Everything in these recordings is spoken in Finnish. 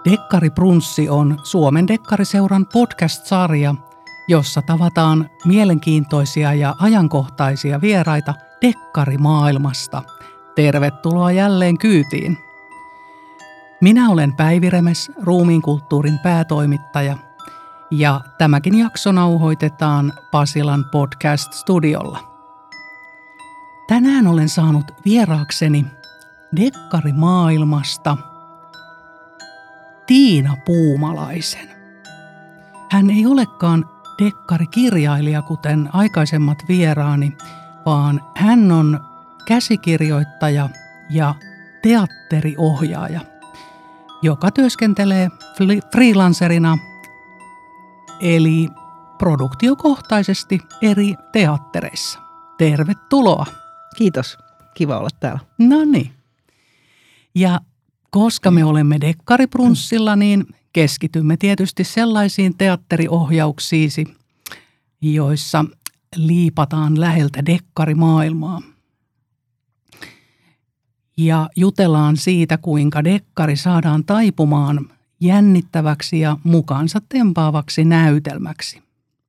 Dekkari-brunssi on Suomen Dekkariseuran podcast-sarja, jossa tavataan mielenkiintoisia ja ajankohtaisia vieraita dekkarimaailmasta. Tervetuloa jälleen kyytiin. Minä olen Päivi Remes, Ruumiinkulttuurin päätoimittaja, ja tämäkin jakso nauhoitetaan Pasilan podcast-studiolla. Tänään olen saanut vieraakseni dekkarimaailmasta Tiina Puumalaisen. Hän ei olekaan dekkarikirjailija, kuten aikaisemmat vieraani, vaan hän on käsikirjoittaja ja teatteriohjaaja, joka työskentelee freelancerina, eli produktiokohtaisesti eri teattereissa. Tervetuloa. Kiitos. Kiva olla täällä. No niin. Ja koska me olemme Dekkaribrunssilla, niin keskitymme tietysti sellaisiin teatteriohjauksiisi, joissa liipataan läheltä dekkarimaailmaa. Ja jutellaan siitä, kuinka dekkari saadaan taipumaan jännittäväksi ja mukaansa tempaavaksi näytelmäksi.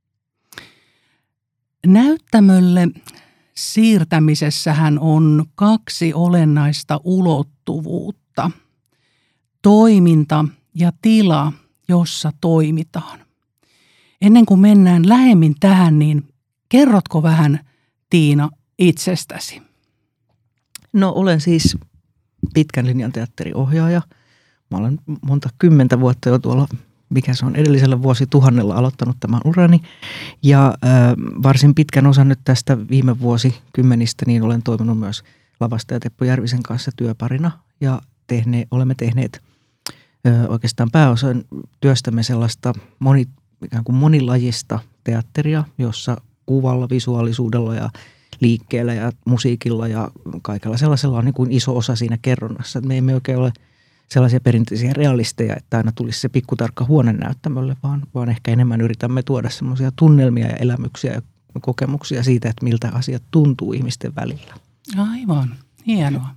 Näyttämölle siirtämisessähän on kaksi olennaista ulottuvuutta. Toiminta ja tila, jossa toimitaan. Ennen kuin mennään lähemmin tähän, niin kerrotko vähän, Tiina, itsestäsi? No, olen siis pitkän linjan teatteriohjaaja. Mä olen monta kymmentä vuotta jo tuolla, mikä se on, edellisellä vuosituhannella aloittanut tämän urani. Ja varsin pitkän osan nyt tästä viime vuosikymmenistä, niin olen toiminut myös lavastaja Teppo Järvisen kanssa työparina. Ja olemme tehneet oikeastaan pääosan työstämme sellaista ikään kuin monilajista teatteria, jossa kuvalla, visuaalisuudella ja liikkeellä ja musiikilla ja kaikella sellaisella on niin kuin iso osa siinä kerronnassa. Me emme oikein ole sellaisia perinteisiä realisteja, että aina tulisi se pikkutarkka huone näyttämölle, vaan ehkä enemmän yritämme tuoda semmoisia tunnelmia ja elämyksiä ja kokemuksia siitä, että miltä asiat tuntuu ihmisten välillä. Aivan, hienoa.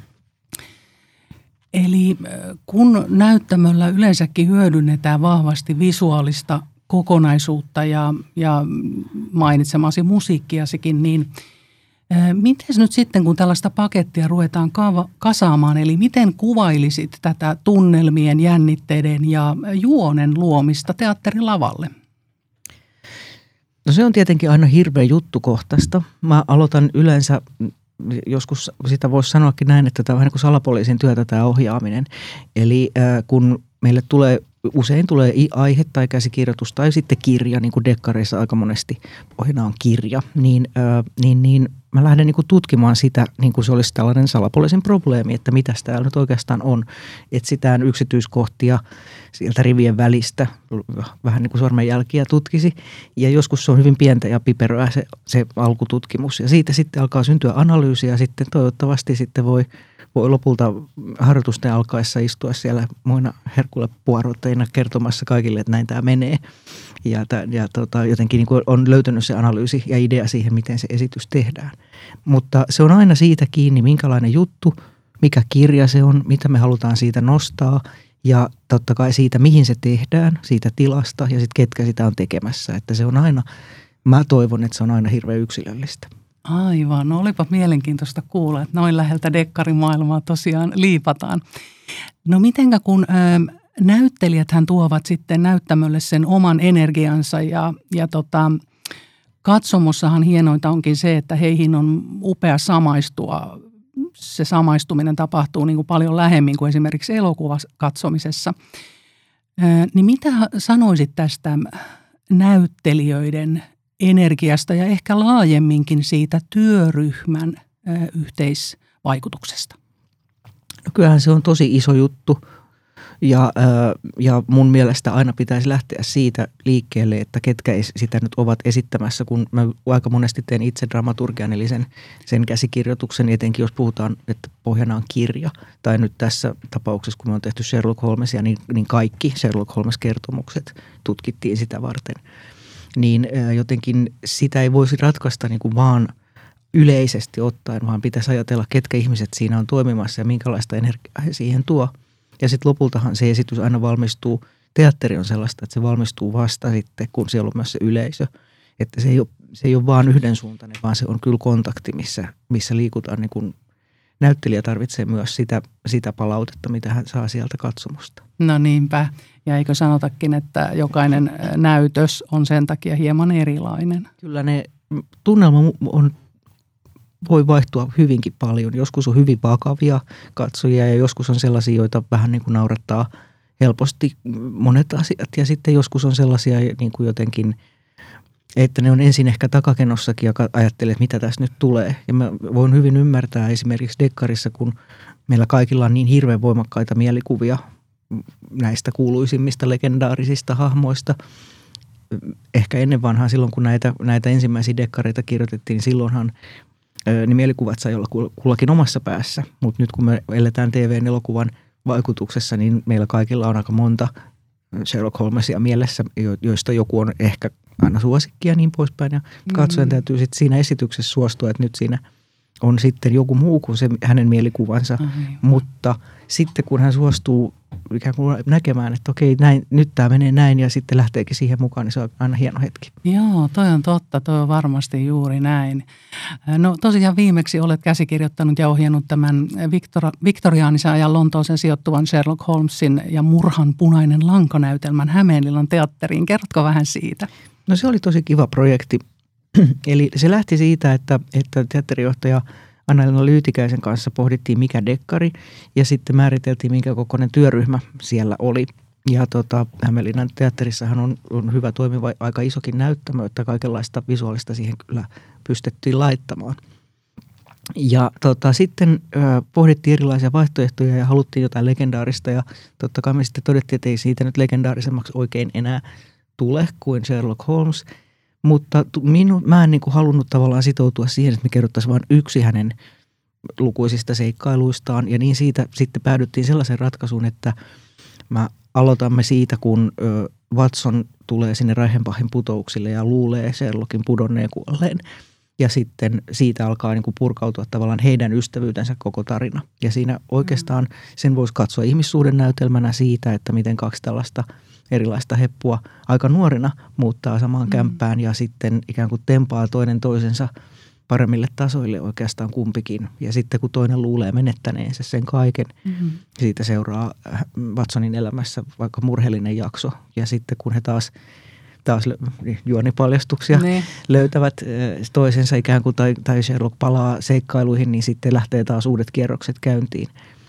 Eli kun näyttämöllä yleensäkin hyödynnetään vahvasti visuaalista kokonaisuutta ja mainitsemasi musiikkiasikin, niin miten nyt sitten, kun tällaista pakettia ruvetaan kasaamaan, eli miten kuvailisit tätä tunnelmien, jännitteiden ja juonen luomista teatterilavalle? No se on tietenkin aina hirveän juttukohtaista. Mä aloitan yleensä, joskus sitä voisi sanoakin näin, että tämä on vähän niin kuin salapoliisin työtä tämä ohjaaminen. Eli kun meille usein tulee aihe tai käsikirjoitus tai sitten kirja, niin kuin dekkareissa aika monesti pohjana on kirja, niin mä lähden niin kuin tutkimaan sitä, niin kuin se olisi tällainen salapoliisin probleemi, että mitä täällä nyt oikeastaan on. Etsitään yksityiskohtia sieltä rivien välistä, vähän niin kuin sormenjälkiä tutkisi, ja joskus se on hyvin pientä ja piperöä se alkututkimus, ja siitä sitten alkaa syntyä analyysi, ja sitten toivottavasti sitten voi lopulta harjoitusten alkaessa istua siellä muina Herkule-puorotteina kertomassa kaikille, että näin tämä menee. Ja jotenkin niin kuin on löytänyt se analyysi ja idea siihen, miten se esitys tehdään. Mutta se on aina siitä kiinni, minkälainen juttu, mikä kirja se on, mitä me halutaan siitä nostaa. Ja totta kai siitä, mihin se tehdään, siitä tilasta ja sitten ketkä sitä on tekemässä. Että se on aina, mä toivon, että se on aina hirveän yksilöllistä. Aivan, no olipa mielenkiintoista kuulla, että noin läheltä dekkarimaailmaa tosiaan liipataan. No mitenkä kun näyttelijäthän tuovat sitten näyttämölle sen oman energiansa ja katsomossahan hienointa onkin se, että heihin on upea samaistua. Se samaistuminen tapahtuu niin kuin paljon lähemmin kuin esimerkiksi elokuvakatsomisessa. Niin mitä sanoisit tästä näyttelijöiden energiasta ja ehkä laajemminkin siitä työryhmän yhteisvaikutuksesta? No kyllähän se on tosi iso juttu ja mun mielestä aina pitäisi lähteä siitä liikkeelle, että ketkä sitä nyt ovat esittämässä, kun mä aika monesti teen itse dramaturgian, eli sen käsikirjoituksen, etenkin jos puhutaan, että pohjana on kirja. Tai nyt tässä tapauksessa, kun me on tehty Sherlock Holmesia, niin kaikki Sherlock Holmes-kertomukset tutkittiin sitä varten. Niin jotenkin sitä ei voisi ratkaista niin kuin vaan yleisesti ottaen, vaan pitäisi ajatella, ketkä ihmiset siinä on toimimassa ja minkälaista energiaa he siihen tuo. Ja sitten lopultahan se esitys aina valmistuu, teatteri on sellaista, että se valmistuu vasta sitten, kun siellä on myös se yleisö. Että se ei ole vaan yhdensuuntainen, vaan se on kyllä kontakti, missä liikutaan. Niin kun näyttelijä tarvitsee myös sitä palautetta, mitä hän saa sieltä katsomusta. No niinpä. Ja eikö sanotakin, että jokainen näytös on sen takia hieman erilainen? Kyllä ne tunnelma voi vaihtua hyvinkin paljon. Joskus on hyvin vakavia katsojia ja joskus on sellaisia, joita vähän niin kuin naurattaa helposti monet asiat. Ja sitten joskus on sellaisia niin kuin jotenkin, että ne on ensin ehkä takakennossakin ja ajattelee, että mitä tässä nyt tulee. Ja mä voin hyvin ymmärtää esimerkiksi dekkarissa, kun meillä kaikilla on niin hirveän voimakkaita mielikuvia näistä kuuluisimmista legendaarisista hahmoista. Ehkä ennen vanhaa silloin, kun näitä ensimmäisiä dekkareita kirjoitettiin, niin silloinhan ne mielikuvat sai olla kullakin omassa päässä. Mutta nyt kun me eletään TV-elokuvan vaikutuksessa, niin meillä kaikilla on aika monta Sherlock Holmesia mielessä, joista joku on ehkä aina suosikki ja niin poispäin. Ja katsojan täytyy sitten siinä esityksessä suostua, että nyt siinä on sitten joku muu kuin se hänen mielikuvansa. Mutta sitten kun hän suostuu ikään kuin näkemään, että okei, näin, nyt tämä menee näin ja sitten lähteekin siihen mukaan, niin se on aina hieno hetki. Joo, toi on totta. Toi on varmasti juuri näin. No tosiaan viimeksi olet käsikirjoittanut ja ohjannut tämän viktoriaanisen ajan Lontooseen sijoittuvan Sherlock Holmesin ja murhan punainen lankanäytelmän Hämeenlinnan teatteriin. Kerrotko vähän siitä? No se oli tosi kiva projekti. Eli se lähti siitä, että teatterijohtaja Anna-Leena Lyytikäisen kanssa pohdittiin mikä dekkari ja sitten määriteltiin minkä kokoinen työryhmä siellä oli. Ja Hämeenlinnan teatterissahan on hyvä toimiva aika isokin näyttämö, että kaikenlaista visuaalista siihen kyllä pystyttiin laittamaan. Ja sitten pohdittiin erilaisia vaihtoehtoja ja haluttiin jotain legendaarista ja totta kai me sitten todettiin, että ei siitä nyt legendaarisemmaksi oikein enää tule kuin Sherlock Holmes. Mutta mä en niin kuin halunnut tavallaan sitoutua siihen, että me kerrottaisiin vain yksi hänen lukuisista seikkailuistaan. Ja niin siitä sitten päädyttiin sellaisen ratkaisuun, että mä aloitamme siitä, kun Watson tulee sinne Reichenbachin putouksille ja luulee Sherlockin pudonneen kuolleen. Ja sitten siitä alkaa niin kuin purkautua tavallaan heidän ystävyytensä koko tarina. Ja siinä oikeastaan sen voisi katsoa ihmissuhdennäytelmänä siitä, että miten kaksi tällaista erilaista heppua aika nuorina muuttaa samaan kämppään ja sitten ikään kuin tempaa toinen toisensa paremmille tasoille oikeastaan kumpikin. Ja sitten kun toinen luulee menettäneensä sen kaiken, siitä seuraa Watsonin elämässä vaikka murheellinen jakso. Ja sitten kun he taas juonipaljastuksia löytävät toisensa ikään kuin tai Sherlock palaa seikkailuihin, niin sitten lähtee taas uudet kierrokset käyntiin.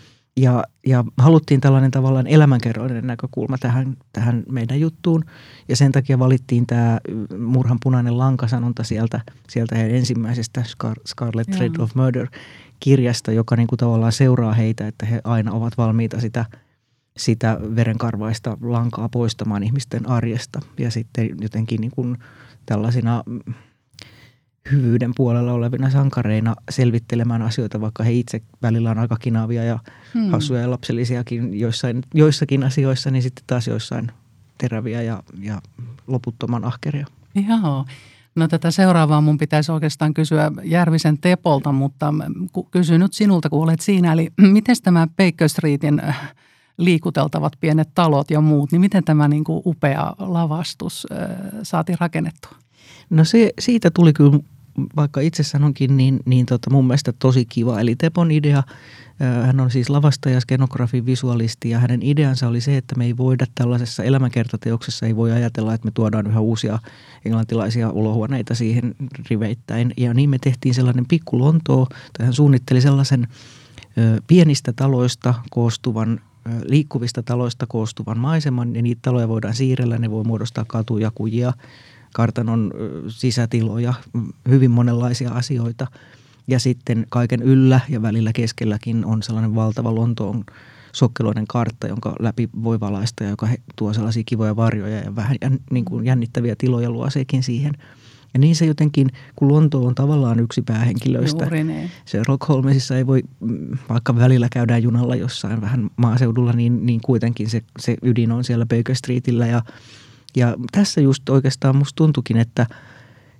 Ja haluttiin tällainen tavallaan elämänkerroinen näkökulma tähän meidän juttuun. Ja sen takia valittiin tämä murhan punainen lankasanonta sieltä heidän ensimmäisestä Scarlet Thread of Murder-kirjasta, joka niin kuin tavallaan seuraa heitä, että he aina ovat valmiita sitä verenkarvaista lankaa poistamaan ihmisten arjesta. Ja sitten jotenkin niin kuin tällaisina hyvyyden puolella olevina sankareina selvittelemään asioita, vaikka he itse välillä on aika kinaavia ja hassuja ja lapsellisiakin joissakin asioissa, niin sitten taas joissain teräviä ja loputtoman ahkeria. Joo. No tätä seuraavaa mun pitäisi oikeastaan kysyä Järvisen Tepolta, mutta kysyn nyt sinulta, kun olet siinä. Eli miten tämä Baker Streetin liikuteltavat pienet talot ja muut, niin miten tämä niin kuin upea lavastus saatiin rakennettua? No siitä tuli kyllä, vaikka itse sanonkin, niin mun mielestä tosi kiva. Eli Tepon idea, hän on siis lavastaja, skenografi, visualisti ja hänen ideansa oli se, että me ei voida tällaisessa elämänkertateoksessa, ei voi ajatella, että me tuodaan yhä uusia englantilaisia olohuoneita siihen riveittäin. Ja niin me tehtiin sellainen pikku Lontoo, tai hän suunnitteli sellaisen pienistä taloista koostuvan, liikkuvista taloista koostuvan maiseman ja niitä taloja voidaan siirrellä, ne voi muodostaa katuja, kujia, kartanon sisätiloja, hyvin monenlaisia asioita. Ja sitten kaiken yllä ja välillä keskelläkin on sellainen valtava Lontoon sokkeloinen kartta, jonka läpi voi valaista ja joka tuo sellaisia kivoja varjoja ja vähän niin kuin jännittäviä tiloja luo sekin siihen. Ja niin se jotenkin, kun Lonto on tavallaan yksi päähenkilöistä. Sherlock Holmesissa ei voi, vaikka välillä käydään junalla jossain vähän maaseudulla, niin kuitenkin se ydin on siellä Baker Streetillä. Ja tässä just oikeastaan musta tuntuikin, että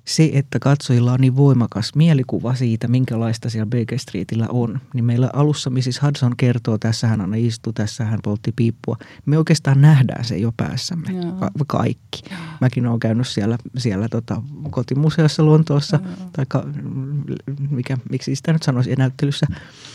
se, että katsojilla on niin voimakas mielikuva siitä, minkälaista siellä Baker Streetillä on, niin meillä alussa Mrs. Hudson kertoo, tässähän Anna istui, tässähän poltti piippua. Me oikeastaan nähdään se jo päässämme, kaikki. Mäkin olen käynyt siellä kotimuseossa Lontoossa, taikka miksi sitä nyt sanoisi, näyttelyssä.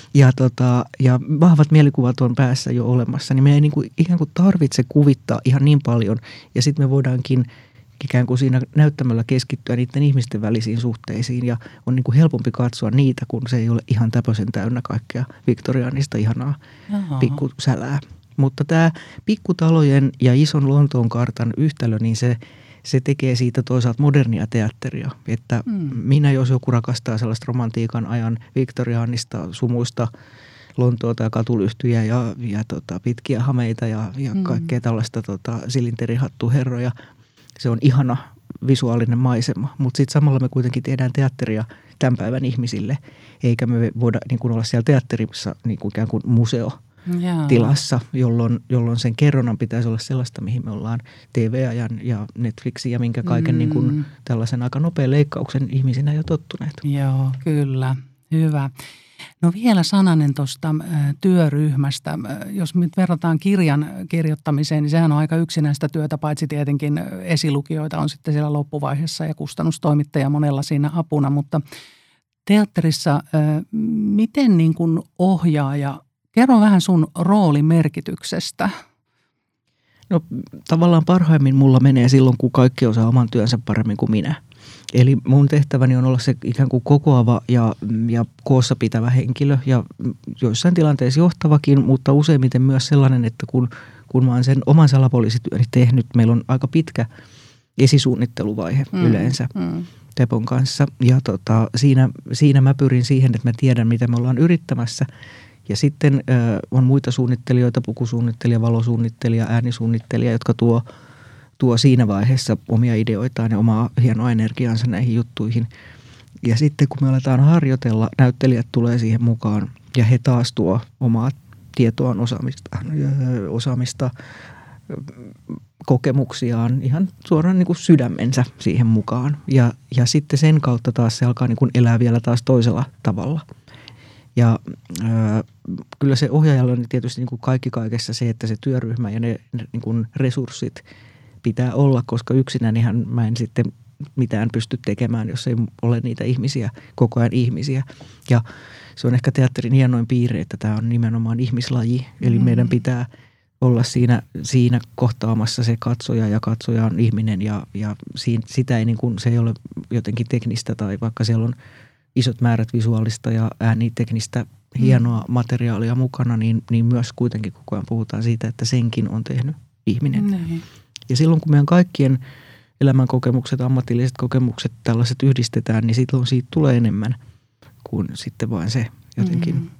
Ja vahvat mielikuvat on päässä jo olemassa, niin me ei niin kuin, ikään kuin tarvitse kuvittaa ihan niin paljon, ja sitten me voidaankin ikään kuin siinä näyttämällä keskittyä niiden ihmisten välisiin suhteisiin ja on niin kuin helpompi katsoa niitä, kun se ei ole ihan täpösen täynnä kaikkea viktoriaanista ihanaa pikkusälää. Mutta tämä pikkutalojen ja ison Lontoon kartan yhtälö, niin se tekee siitä toisaalta modernia teatteria. Että minä, jos joku rakastaa sellaista romantiikan ajan viktoriaanista sumuista Lontoota ja katulyhtyjä ja pitkiä hameita ja kaikkea tällaista silinterihattuherroja, se on ihana visuaalinen maisema, mutta sitten samalla me kuitenkin tehdään teatteria tämän päivän ihmisille, eikä me voida niin kuin olla siellä teatterissa niin kuin ikään kuin museotilassa, jolloin sen kerronnan pitäisi olla sellaista, mihin me ollaan TV-ajan ja Netflixin ja minkä kaiken niin kuin tällaisen aika nopean leikkauksen ihmisinä jo tottuneet. Joo, kyllä. Hyvä. No vielä sananen tuosta työryhmästä. Jos nyt verrataan kirjan kirjoittamiseen, niin sehän on aika yksinäistä työtä, paitsi tietenkin esilukijoita on sitten siellä loppuvaiheessa ja kustannustoimittaja monella siinä apuna. Mutta teatterissa miten niin kuin ohjaaja, kerro vähän sun roolin merkityksestä. No tavallaan parhaimmin mulla menee silloin, kun kaikki osaa oman työnsä paremmin kuin minä. Eli mun tehtäväni on olla se ikään kuin kokoava ja koossa pitävä henkilö ja joissain tilanteissa johtavakin, mutta useimmiten myös sellainen, että kun mä oon sen oman salapoliisityöni tehnyt, meillä on aika pitkä esisuunnitteluvaihe yleensä Tepon kanssa. Ja siinä mä pyrin siihen, että mä tiedän, mitä me ollaan yrittämässä. Ja sitten on muita suunnittelijoita, pukusuunnittelija, valosuunnittelija, äänisuunnittelija, jotka tuo siinä vaiheessa omia ideoitaan ja omaa hienoa energiaansa näihin juttuihin. Ja sitten kun me aletaan harjoitella, näyttelijät tulee siihen mukaan ja he taas tuo omaa tietoaan, osaamista, kokemuksiaan, ihan suoraan niin kuin sydämensä siihen mukaan. Ja sitten sen kautta taas se alkaa niin kuin elää vielä taas toisella tavalla. Ja kyllä se ohjaajalla on tietysti niin kuin kaikki kaikessa se, että se työryhmä ja ne niin kuin resurssit pitää olla, koska yksinään mä en sitten mitään pysty tekemään, jos ei ole niitä ihmisiä, koko ajan ihmisiä. Ja se on ehkä teatterin hienoin piirre, että tämä on nimenomaan ihmislaji. Eli meidän pitää olla siinä kohtaamassa se katsoja ja katsoja on ihminen ja sitä ei niin kuin, se ei ole jotenkin teknistä tai vaikka siellä on isot määrät visuaalista ja ääniteknistä hienoa materiaalia mukana, niin myös kuitenkin koko ajan puhutaan siitä, että senkin on tehnyt ihminen. Ja silloin kun meidän kaikkien elämänkokemukset, ammatilliset kokemukset, tällaiset yhdistetään, niin silloin siitä tulee enemmän kuin sitten vain se jotenkin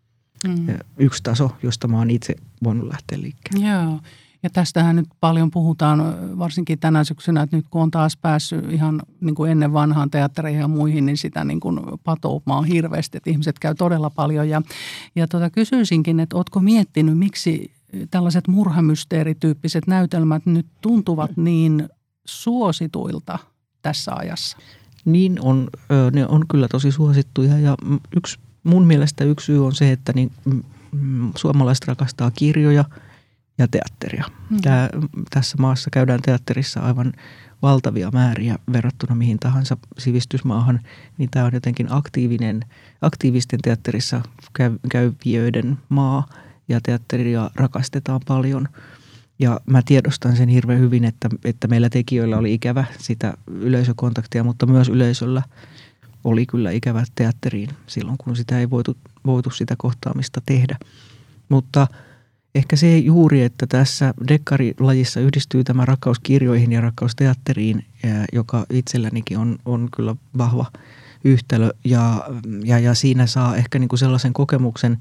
yksi taso, josta mä oon itse voinut lähteä liikkeelle. Joo. Ja tästähän nyt paljon puhutaan, varsinkin tänä syksynä, että nyt kun on taas päässyt ihan niin kuin ennen vanhaan teattereihin ja muihin, niin sitä niin kuin patoumaa hirveästi, että ihmiset käy todella paljon. Ja kysyisinkin, että ootko miettinyt, miksi tällaiset murhamysteerityyppiset näytelmät nyt tuntuvat niin suosituilta tässä ajassa? Niin on, ne on kyllä tosi suosittuja ja mun mielestä yksi syy on se, että suomalaiset rakastaa kirjoja ja teatteria. Tässä maassa käydään teatterissa aivan valtavia määriä verrattuna mihin tahansa sivistysmaahan, niin tämä on jotenkin aktiivisten teatterissa käyvijöiden maa ja teatteria rakastetaan paljon. Ja mä tiedostan sen hirveän hyvin, että meillä tekijöillä oli ikävä sitä yleisökontaktia, mutta myös yleisöllä oli kyllä ikävä teatteriin silloin, kun sitä ei voitu sitä kohtaamista tehdä. Mutta ehkä se juuri, että tässä dekkarilajissa yhdistyy tämä rakkaus kirjoihin ja rakkaus teatteriin, joka itsellänikin on kyllä vahva yhtälö. Ja siinä saa ehkä niin kuin sellaisen kokemuksen,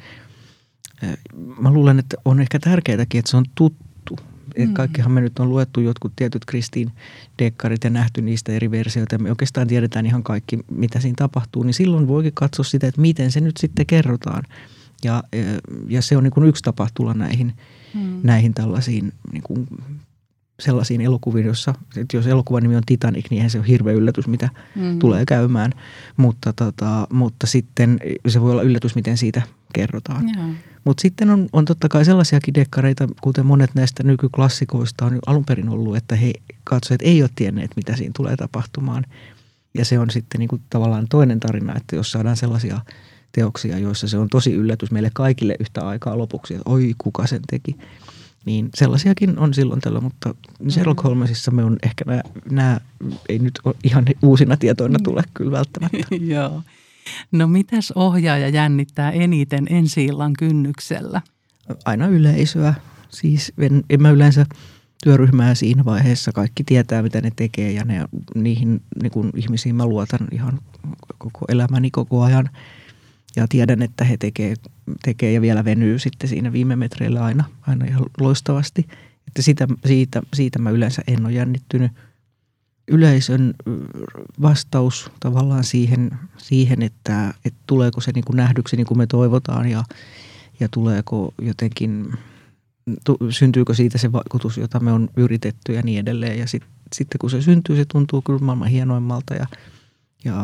mä luulen, että on ehkä tärkeätäkin, että se on tuttu. Kaikkihan me nyt on luettu jotkut tietyt Kristiin dekkarit ja nähty niistä eri versioita. Me oikeastaan tiedetään ihan kaikki, mitä siinä tapahtuu. Niin silloin voikin katsoa sitä, että miten se nyt sitten kerrotaan. Ja se on niin kuin yksi tapa tulla näihin tällaisiin niin kuin sellaisiin elokuviin, jossa, että jos elokuvan nimi on Titanic, niin eihän se ole hirveä yllätys, mitä tulee käymään. Mutta sitten se voi olla yllätys, miten siitä kerrotaan. Mutta sitten on totta kai sellaisiakin dekkareita, kuten monet näistä nykyklassikoista on alun perin ollut, että katsojat ei ole tienneet, mitä siinä tulee tapahtumaan. Ja se on sitten niin kuin tavallaan toinen tarina, että jos saadaan sellaisia teoksia, joissa se on tosi yllätys meille kaikille yhtä aikaa lopuksi, että oi kuka sen teki. Niin sellaisiakin on silloin tällä, mutta Sherlock Holmesissa me on ehkä nämä ei nyt ole ihan uusina tietoina tule kyllä välttämättä. Joo. No mitäs ohjaaja jännittää eniten ensi-illan kynnyksellä? Aina yleisöä. Siis en mä yleensä työryhmää siinä vaiheessa. Kaikki tietää, mitä ne tekee ja niihin niin kun ihmisiin mä luotan ihan koko elämäni koko ajan. Ja tiedän, että he tekee ja vielä venyy sitten siinä viime metreillä aina ihan loistavasti. Että siitä mä yleensä en ole jännittynyt. Yleisön vastaus tavallaan siihen että tuleeko se niin kuin nähdyksi niin kuin me toivotaan ja tuleeko jotenkin, syntyykö siitä se vaikutus, jota me on yritetty ja niin edelleen. Ja sitten kun se syntyy, se tuntuu kyllä maailman hienoimmalta ja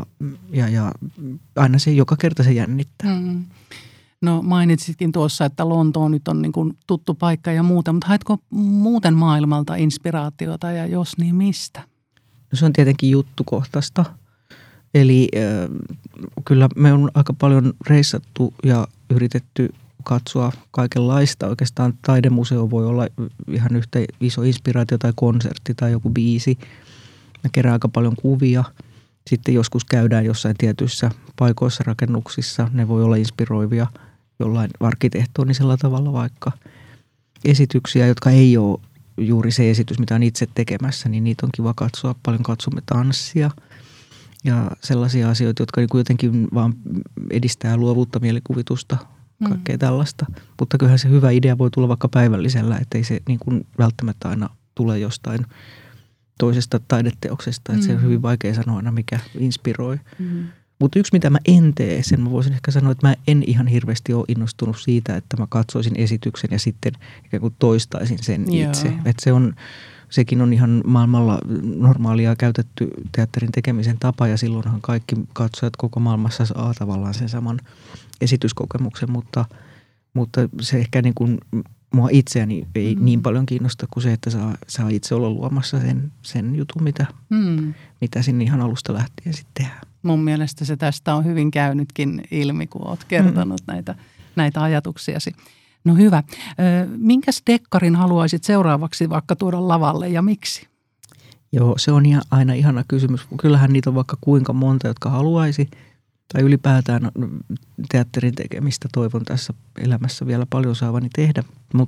aina se joka kerta se jännittää. No mainitsitkin tuossa, että Lontoon nyt on niin kuin tuttu paikka ja muuta, mutta haetko muuten maailmalta inspiraatiota ja jos niin mistä? No se on tietenkin juttukohtaista. Eli kyllä me on aika paljon reissattu ja yritetty katsoa kaikenlaista. Oikeastaan taidemuseo voi olla ihan yhtä iso inspiraatio tai konsertti tai joku biisi. Me kerää aika paljon kuvia. Sitten joskus käydään jossain tietyissä paikoissa, rakennuksissa. Ne voi olla inspiroivia jollain arkkitehtonisella tavalla vaikka. Esityksiä, jotka ei ole juuri se esitys, mitä on itse tekemässä, niin niitä on kiva katsoa. Paljon katsomme tanssia ja sellaisia asioita, jotka jotenkin vaan edistää luovuutta, mielikuvitusta, kaikkea tällaista. Mutta kyllähän se hyvä idea voi tulla vaikka päivällisellä, ettei se niin kuin välttämättä aina tule jostain toisesta taideteoksesta. Että se on hyvin vaikea sanoa aina, mikä inspiroi. Mutta yksi, mitä mä en tee, sen mä voisin ehkä sanoa, että mä en ihan hirveästi ole innostunut siitä, että mä katsoisin esityksen ja sitten ikään kuin toistaisin sen itse. Että sekin on ihan maailmalla normaalia käytetty teatterin tekemisen tapa ja silloinhan kaikki katsojat koko maailmassa saa tavallaan sen saman esityskokemuksen, mutta se ehkä niin kuin mua itseäni ei niin paljon kiinnosta kuin se, että saa itse olla luomassa sen jutun, mitä sinne ihan alusta lähtien sitten tehdään. Mun mielestä se tästä on hyvin käynytkin ilmi, kun oot kertonut näitä ajatuksiasi. No hyvä. Minkäs dekkarin haluaisit seuraavaksi vaikka tuoda lavalle ja miksi? Joo, se on aina ihana kysymys. Kyllähän niitä on vaikka kuinka monta, jotka haluaisi. Tai ylipäätään teatterin tekemistä toivon tässä elämässä vielä paljon saavani tehdä.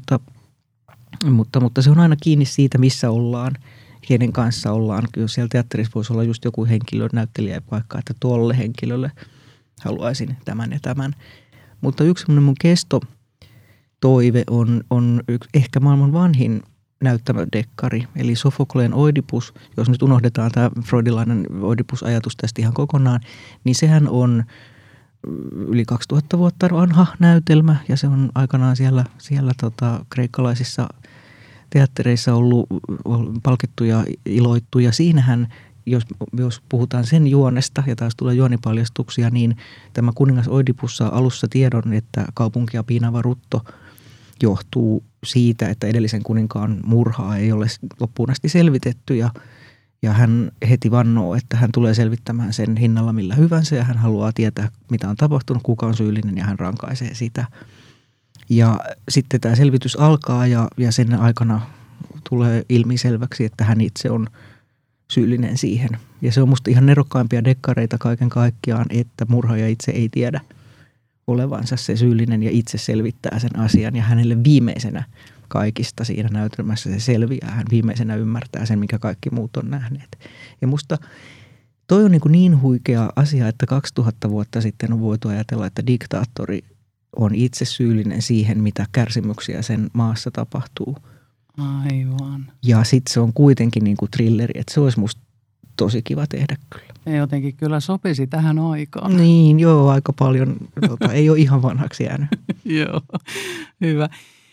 Mutta se on aina kiinni siitä, missä ollaan, kenen kanssa ollaan. Kyllä siellä teatterissa voisi olla just joku henkilö, näyttelijä vaikka, että tuolle henkilölle haluaisin tämän ja tämän. Mutta yksi semmoinen mun kestotoive on ehkä maailman vanhin näyttämödekkari, eli Sofokleen Oidipus. Jos nyt unohdetaan tämä freudilainen Oidipus-ajatus tästä ihan kokonaan, niin sehän on yli 2000 vuotta vanha näytelmä ja se on aikanaan siellä kreikkalaisissa teattereissa ollut palkittu ja iloittu. Ja siinähän, jos puhutaan sen juonesta ja taas tulee juonipaljastuksia, niin tämä kuningas Oidipus saa alussa tiedon, että kaupunkia piinaava rutto johtuu siitä, että edellisen kuninkaan murhaa ei ole loppuun asti selvitetty ja hän heti vannoo, että hän tulee selvittämään sen hinnalla millä hyvänsä ja hän haluaa tietää, mitä on tapahtunut, kuka on syyllinen ja hän rankaisee sitä. Ja sitten tämä selvitys alkaa ja sen aikana tulee ilmiselväksi, että hän itse on syyllinen siihen. Ja se on musta ihan nerokkaimpia dekkareita kaiken kaikkiaan, että murhaaja itse ei tiedä olevansa se syyllinen ja itse selvittää sen asian. Ja hänelle viimeisenä kaikista siinä näytelmässä se selviää. Hän viimeisenä ymmärtää sen, mikä kaikki muut on nähneet. Ja musta toi on niin huikea asia, että 2000 vuotta sitten on voitu ajatella, että diktaattori on itse syyllinen siihen, mitä kärsimyksiä sen maassa tapahtuu. Aivan. Ja sitten se on kuitenkin niin kuin thrilleri, että se olisi musta tosi kiva tehdä kyllä. Ja jotenkin kyllä sopisi tähän aikaan. Niin, joo, aika paljon. Ei ole ihan vanhaksi jäänyt. Joo, hyvä.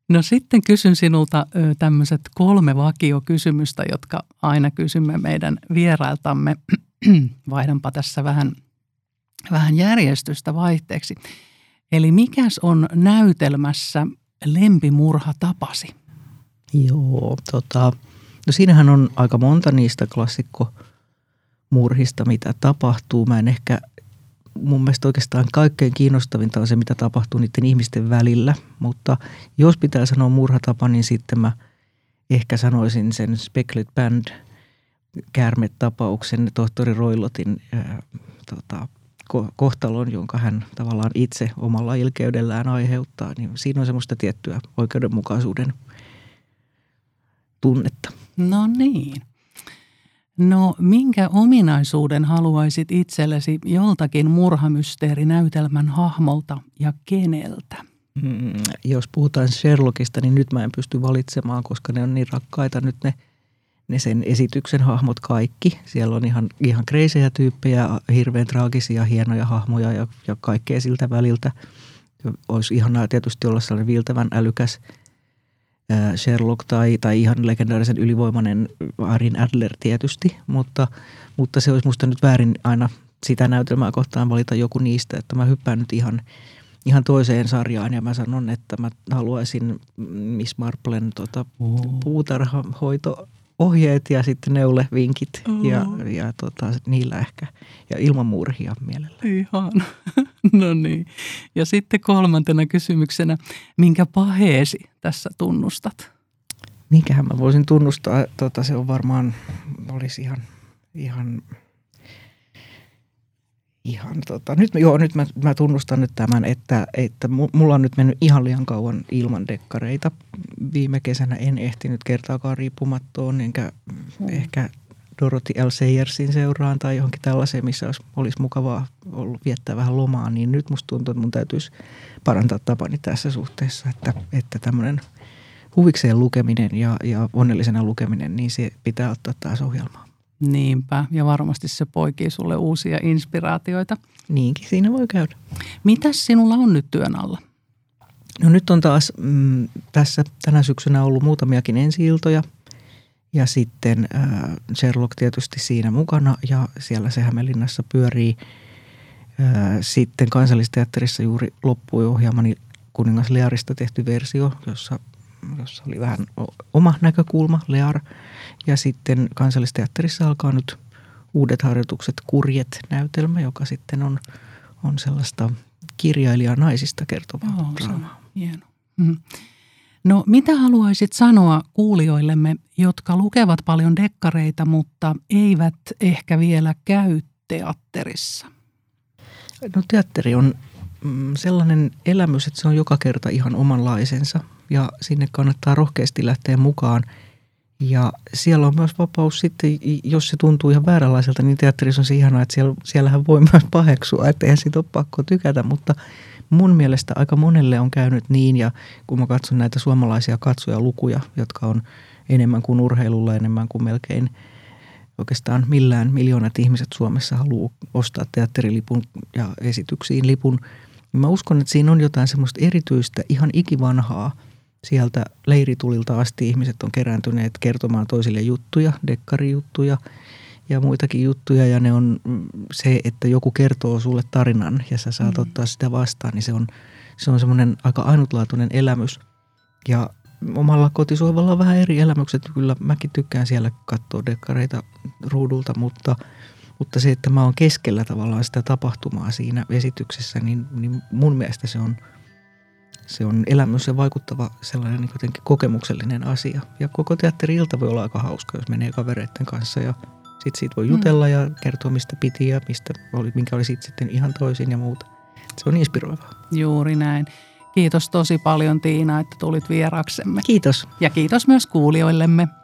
No sitten kysyn sinulta tämmöiset 3 vakiokysymystä, jotka aina kysymme meidän vierailtamme. Vaihdanpa tässä vähän järjestystä vaihteeksi. Eli mikäs on näytelmässä lempimurhatapasi? Joo, no siinähän on aika monta niistä klassikkomurhista, mitä tapahtuu. Mun mielestä oikeastaan kaikkein kiinnostavinta on se, mitä tapahtuu niiden ihmisten välillä. Mutta jos pitää sanoa murhatapa, niin sitten mä ehkä sanoisin sen Speckled Band käärmetapauksen, tohtori Roilotin kohtalon, jonka hän tavallaan itse omalla ilkeydellään aiheuttaa. Niin siinä on semmoista tiettyä oikeudenmukaisuuden tunnetta. No niin. No minkä ominaisuuden haluaisit itsellesi joltakin murhamysteerinäytelmän hahmolta ja keneltä? Jos puhutaan Sherlockista, niin nyt mä en pysty valitsemaan, koska ne on niin rakkaita nyt ne sen esityksen hahmot kaikki. Siellä on ihan kreisejä tyyppejä, hirveän traagisia, hienoja hahmoja ja kaikkea siltä väliltä. Olisi ihanaa tietysti olla sellainen viiltävän älykäs Sherlock tai ihan legendaarisen ylivoimainen Arjen Adler tietysti, mutta se olisi musta nyt väärin aina sitä näytelmää kohtaan valita joku niistä, että mä hyppään nyt ihan toiseen sarjaan ja mä sanon, että mä haluaisin Miss Marplen puutarhahoito-ohjeet ja sitten neulevinkit ja niillä ehkä ja ilman murhia mielellä. Ihana. No niin. Ja sitten 3. kysymyksenä, minkä paheesi tässä tunnustat? Minkähän mä voisin tunnustaa, se on varmaan, olisi nyt mä tunnustan nyt tämän, että mulla on nyt mennyt ihan liian kauan ilman dekkareita. Viime kesänä en ehtinyt kertaakaan riippumattoon, enkä ehkä Dorothy L. Sayersin seuraan tai johonkin tällaiseen, missä olisi mukavaa ollut viettää vähän lomaa, niin nyt musta tuntuu, että mun täytyisi parantaa tapani tässä suhteessa, että tämmöinen huvikseen lukeminen ja onnellisena lukeminen, niin se pitää ottaa taas ohjelmaan. Niinpä, ja varmasti se poikii sulle uusia inspiraatioita. Niinkin siinä voi käydä. Mitäs sinulla on nyt työn alla? No nyt on taas tässä tänä syksynä ollut muutamiakin ensi-iltoja ja sitten Sherlock tietysti siinä mukana ja siellä se Hämeenlinnassa pyörii. Sitten Kansallisteatterissa juuri loppui ohjaamani Kuningas Learista tehty versio, jossa oli vähän oma näkökulma, Lear. Ja sitten Kansallisteatterissa alkaa nyt uudet harjoitukset Kurjet-näytelmä, joka sitten on sellaista kirjailijaa naisista kertovaa draamaa. Hieno. No mitä haluaisit sanoa kuulijoillemme, jotka lukevat paljon dekkareita, mutta eivät ehkä vielä käy teatterissa? No teatteri on sellainen elämys, että se on joka kerta ihan omanlaisensa ja sinne kannattaa rohkeasti lähteä mukaan. Ja siellä on myös vapaus sitten, jos se tuntuu ihan vääränlaiselta, niin teatterissa on se ihanaa, että siellähän voi myös paheksua, että eihän siitä ole pakko tykätä, mutta mun mielestä aika monelle on käynyt niin, ja kun mä katson näitä suomalaisia katsojalukuja, jotka on enemmän kuin urheilulla, enemmän kuin melkein oikeastaan millään miljoonat ihmiset Suomessa haluaa ostaa teatterilipun ja esityksiin lipun, niin mä uskon, että siinä on jotain semmoista erityistä, ihan ikivanhaa. Sieltä leiritulilta asti ihmiset on kerääntyneet kertomaan toisille juttuja, dekkarijuttuja ja muitakin juttuja. Ja ne on se, että joku kertoo sulle tarinan ja sä saat ottaa sitä vastaan, niin se on semmoinen aika ainutlaatuinen elämys. Ja omalla kotisohvalla on vähän eri elämykset. Kyllä mäkin tykkään siellä katsoa dekkareita ruudulta, mutta se, että mä oon keskellä tavallaan sitä tapahtumaa siinä esityksessä, niin mun mielestä se on elämys ja vaikuttava sellainen niin jotenkin kokemuksellinen asia. Ja koko teatteri-ilta voi olla aika hauska, jos menee kavereiden kanssa ja sitten siitä voi jutella ja kertoa, mistä piti ja minkä oli sitten ihan toisin ja muuta. Se on inspiroivaa. Juuri näin. Kiitos tosi paljon Tiina, että tulit vieraksemme. Kiitos. Ja kiitos myös kuulijoillemme.